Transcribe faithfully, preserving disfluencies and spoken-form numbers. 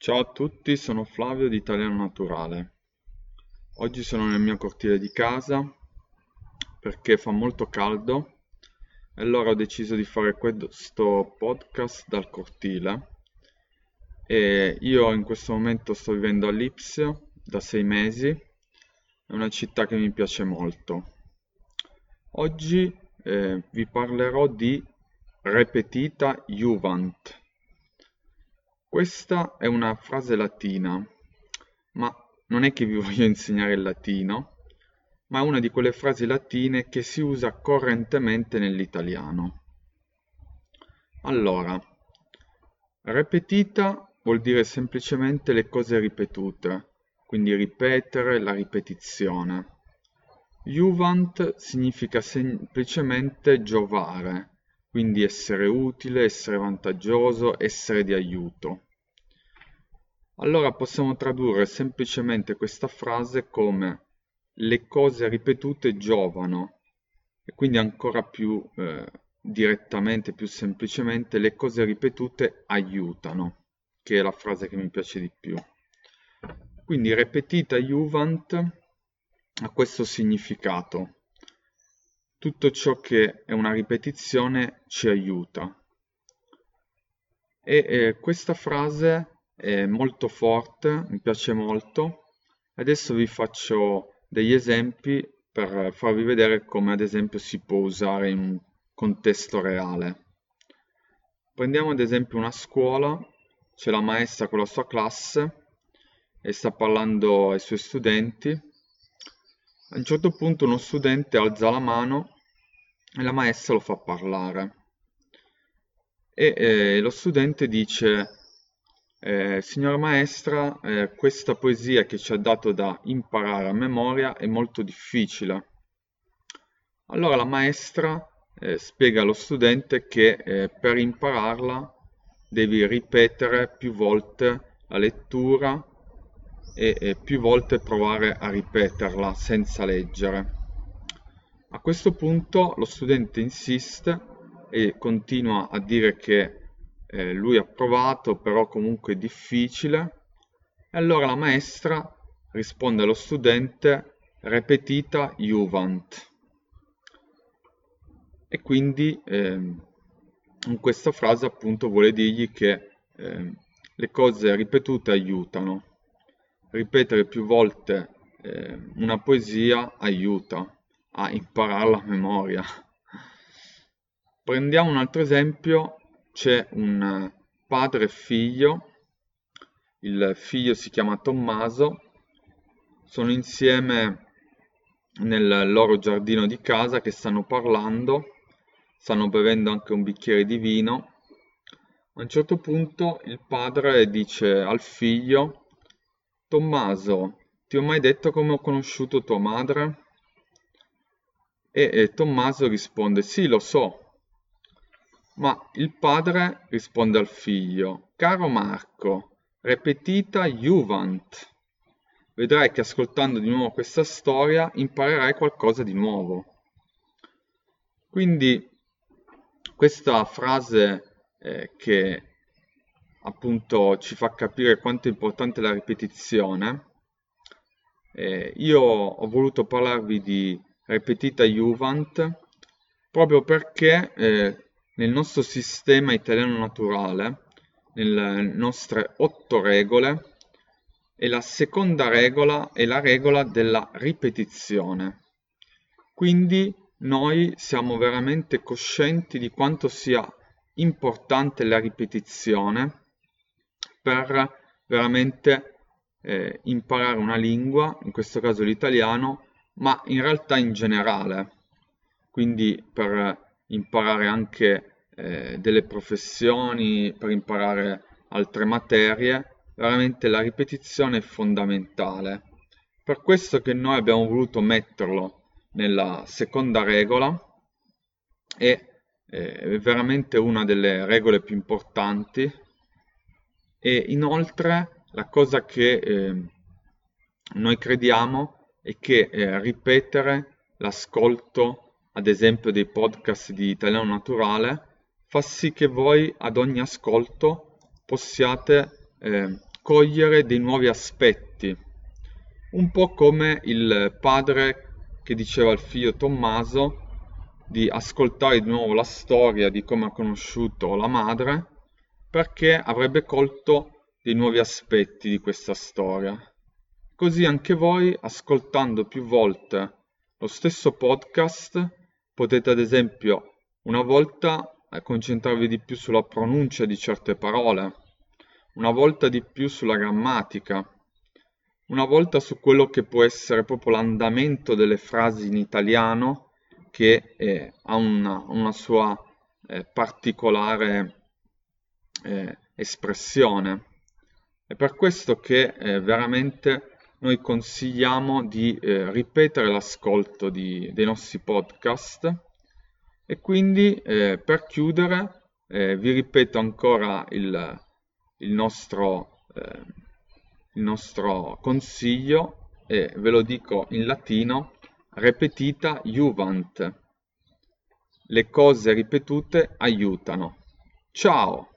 Ciao a tutti, sono Flavio di Italiano Naturale. Oggi sono nel mio cortile di casa perché fa molto caldo e allora ho deciso di fare questo podcast dal cortile. E io in questo momento sto vivendo a Lipsia da sei mesi, è una città che mi piace molto. Oggi eh, vi parlerò di repetita iuvant. Questa è una frase latina, ma non è che vi voglio insegnare il latino, ma è una di quelle frasi latine che si usa correntemente nell'italiano. Allora, repetita vuol dire semplicemente le cose ripetute, quindi ripetere, la ripetizione. Iuvant significa semplicemente giovare, quindi essere utile, essere vantaggioso, essere di aiuto. Allora possiamo tradurre semplicemente questa frase come le cose ripetute giovano e quindi ancora più eh, direttamente, più semplicemente, le cose ripetute aiutano, che è la frase che mi piace di più. Quindi repetita iuvant ha questo significato. Tutto ciò che è una ripetizione ci aiuta. E eh, questa frase è molto forte, mi piace molto. Adesso vi faccio degli esempi per farvi vedere come ad esempio si può usare in un contesto reale. Prendiamo ad esempio una scuola, c'è la maestra con la sua classe e sta parlando ai suoi studenti. A un certo punto uno studente alza la mano e la maestra lo fa parlare. E eh, lo studente dice, eh, signora maestra, eh, questa poesia che ci ha dato da imparare a memoria è molto difficile. Allora la maestra eh, spiega allo studente che eh, per impararla devi ripetere più volte la lettura e, e più volte provare a ripeterla senza leggere. A questo punto lo studente insiste e continua a dire che eh, lui ha provato, però comunque è difficile. E allora la maestra risponde allo studente repetita iuvant. E quindi ehm, in questa frase appunto vuole dirgli che ehm, le cose ripetute aiutano. Ripetere più volte eh, una poesia aiuta a impararla a memoria. Prendiamo un altro esempio, c'è un padre e figlio, il figlio si chiama Tommaso, sono insieme nel loro giardino di casa che stanno parlando, stanno bevendo anche un bicchiere di vino. A un certo punto il padre dice al figlio: Tommaso, ti ho mai detto come ho conosciuto tua madre? E, e Tommaso risponde: sì, lo so. Ma il padre risponde al figlio: caro Marco, repetita iuvant. Vedrai che ascoltando di nuovo questa storia imparerai qualcosa di nuovo. Quindi questa frase eh, che appunto ci fa capire quanto è importante la ripetizione, eh, io ho voluto parlarvi di repetita iuvant proprio perché eh, nel nostro sistema italiano naturale, nelle nostre otto regole, e la seconda regola è la regola della ripetizione. Quindi noi siamo veramente coscienti di quanto sia importante la ripetizione per veramente eh, imparare una lingua, in questo caso l'italiano, ma in realtà in generale. Quindi per imparare anche eh, delle professioni, per imparare altre materie, veramente la ripetizione è fondamentale. Per questo che noi abbiamo voluto metterlo nella seconda regola e eh, è veramente una delle regole più importanti. E inoltre la cosa che eh, noi crediamo è che eh, ripetere l'ascolto, ad esempio, dei podcast di Italiano Naturale fa sì che voi ad ogni ascolto possiate eh, scogliere dei nuovi aspetti, un po' come il padre che diceva al figlio Tommaso di ascoltare di nuovo la storia di come ha conosciuto la madre, perché avrebbe colto dei nuovi aspetti di questa storia. Così anche voi, ascoltando più volte lo stesso podcast, potete ad esempio una volta concentrarvi di più sulla pronuncia di certe parole, una volta di più sulla grammatica, una volta su quello che può essere proprio l'andamento delle frasi in italiano, che eh, ha una, una sua eh, particolare eh, espressione. È per questo che eh, veramente noi consigliamo di eh, ripetere l'ascolto di, dei nostri podcast. E quindi eh, per chiudere eh, vi ripeto ancora il, il, nostro, eh, il nostro consiglio, e ve lo dico in latino: repetita iuvant. Le cose ripetute aiutano. Ciao!